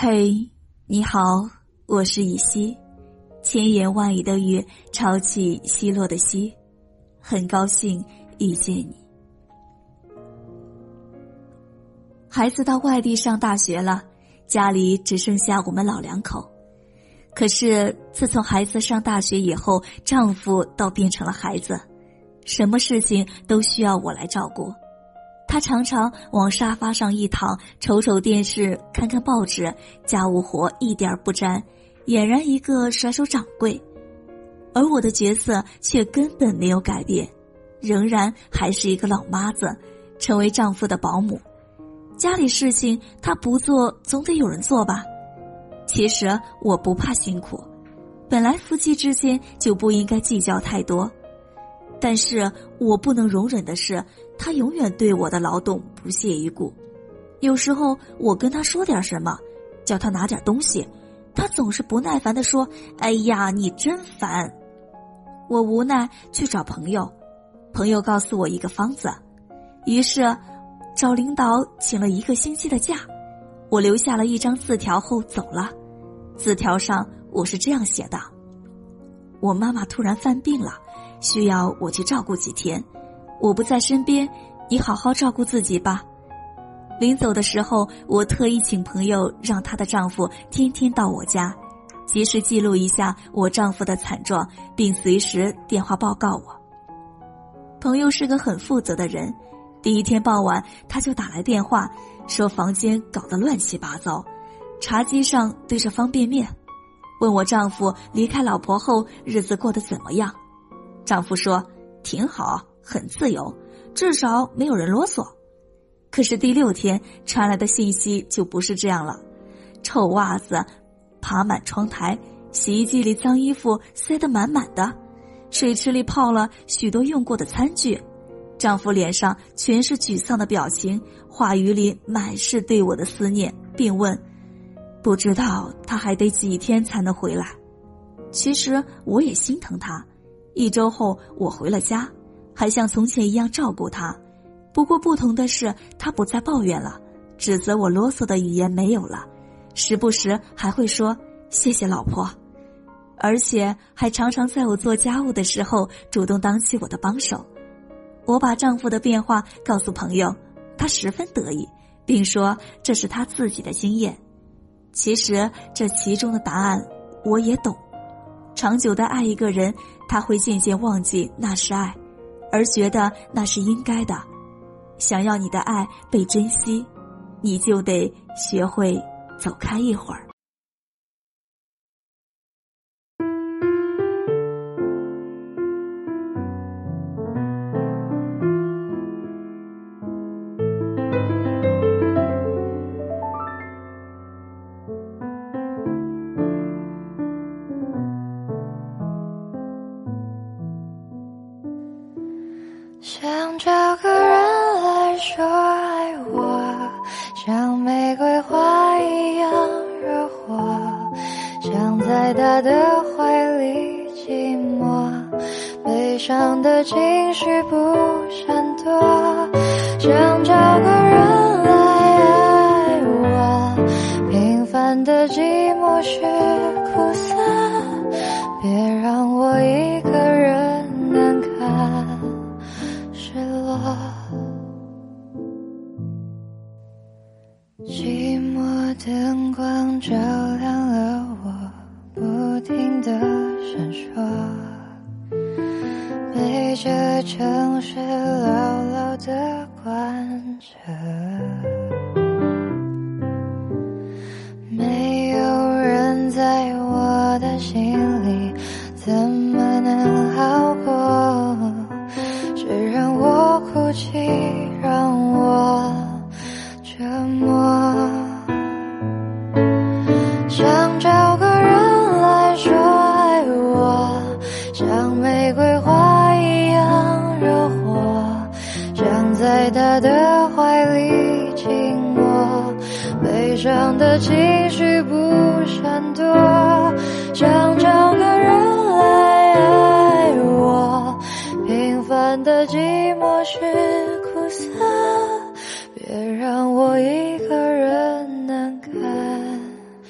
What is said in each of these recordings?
嘿，你好，我是以西，千言万语的语，潮起西落的西，很高兴遇见你。孩子到外地上大学了，家里只剩下我们老两口。可是自从孩子上大学以后，丈夫倒变成了孩子，什么事情都需要我来照顾。他常常往沙发上一躺，瞅瞅电视，看看报纸，家务活一点不沾，俨然一个甩手掌柜。而我的角色却根本没有改变，仍然还是一个老妈子，成为丈夫的保姆。家里事情他不做，总得有人做吧。其实我不怕辛苦，本来夫妻之间就不应该计较太多，但是我不能容忍的是，他永远对我的劳动不屑一顾。有时候我跟他说点什么，叫他拿点东西，他总是不耐烦地说：“哎呀，你真烦。”我无奈去找朋友，朋友告诉我一个方子，于是找领导请了1个星期的假。我留下了一张字条后走了，字条上我是这样写的：我妈妈突然犯病了，需要我去照顾几天，我不在身边，你好好照顾自己吧。临走的时候，我特意请朋友让她的丈夫天天到我家，及时记录一下我丈夫的惨状，并随时电话报告我。朋友是个很负责的人，第一天傍晚他就打来电话，说房间搞得乱七八糟，茶几上堆着方便面，问我丈夫离开老婆后日子过得怎么样。丈夫说挺好，很自由，至少没有人啰嗦。可是第6天传来的信息就不是这样了，臭袜子爬满窗台，洗衣机里脏衣服塞得满满的，水池里泡了许多用过的餐具。丈夫脸上全是沮丧的表情，话语里满是对我的思念，并问不知道他还得几天才能回来。其实我也心疼他，1周后我回了家，还像从前一样照顾他。不过不同的是，他不再抱怨了，指责我啰嗦的语言没有了，时不时还会说谢谢老婆，而且还常常在我做家务的时候主动当起我的帮手。我把丈夫的变化告诉朋友，他十分得意，并说这是他自己的经验。其实这其中的答案我也懂，长久地爱一个人，他会渐渐忘记那是爱，而觉得那是应该的。想要你的爱被珍惜，你就得学会走开一会儿。 想找个人来说爱我，像玫瑰花一样惹火，想在他的怀里寂寞，悲伤的情绪不闪躲，想找个人来爱我，平凡的寂寞是苦涩，别让我一个人难堪失落。寂寞灯光照亮了我，不停地闪烁，被这城市牢牢地关着，没有人在我的心里，怎么能好过？只让我哭泣，让我折磨。想找个人来说爱我，像玫瑰花一样惹火，想在他的怀里静默，悲伤的情绪不闪躲，想找个人来爱我，平凡的寂寞是苦涩，别让我一个人难堪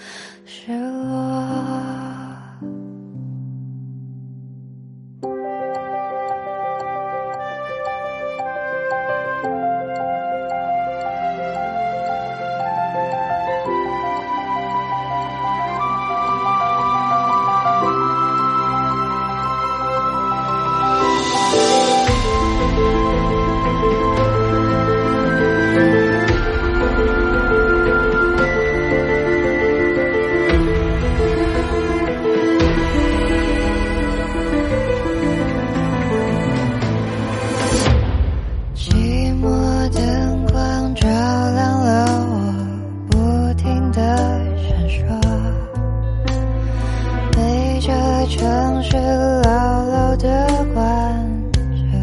是牢牢地关着，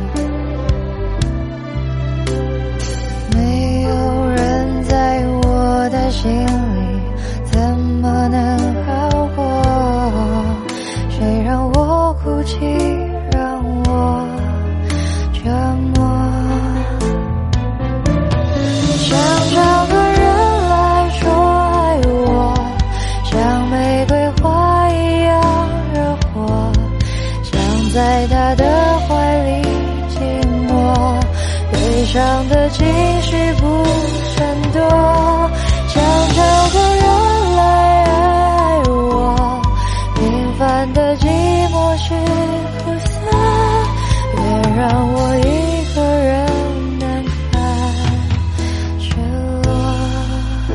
没有人在我的心里，怎么能好过？谁让我哭泣，让我折磨？想找个人来说爱我，像玫瑰花一样热火，想在他的怀里寂寞，悲伤的情绪不闪躲。想找个人来爱我，平凡的寂寞是苦涩，别让我一个人难看着我。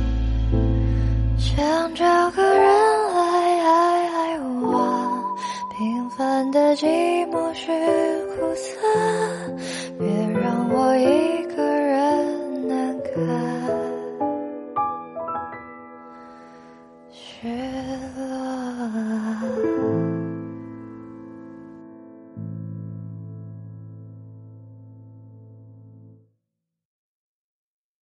想找个人来爱我，平凡的寂寞是苦涩，别让我一个人难看失落。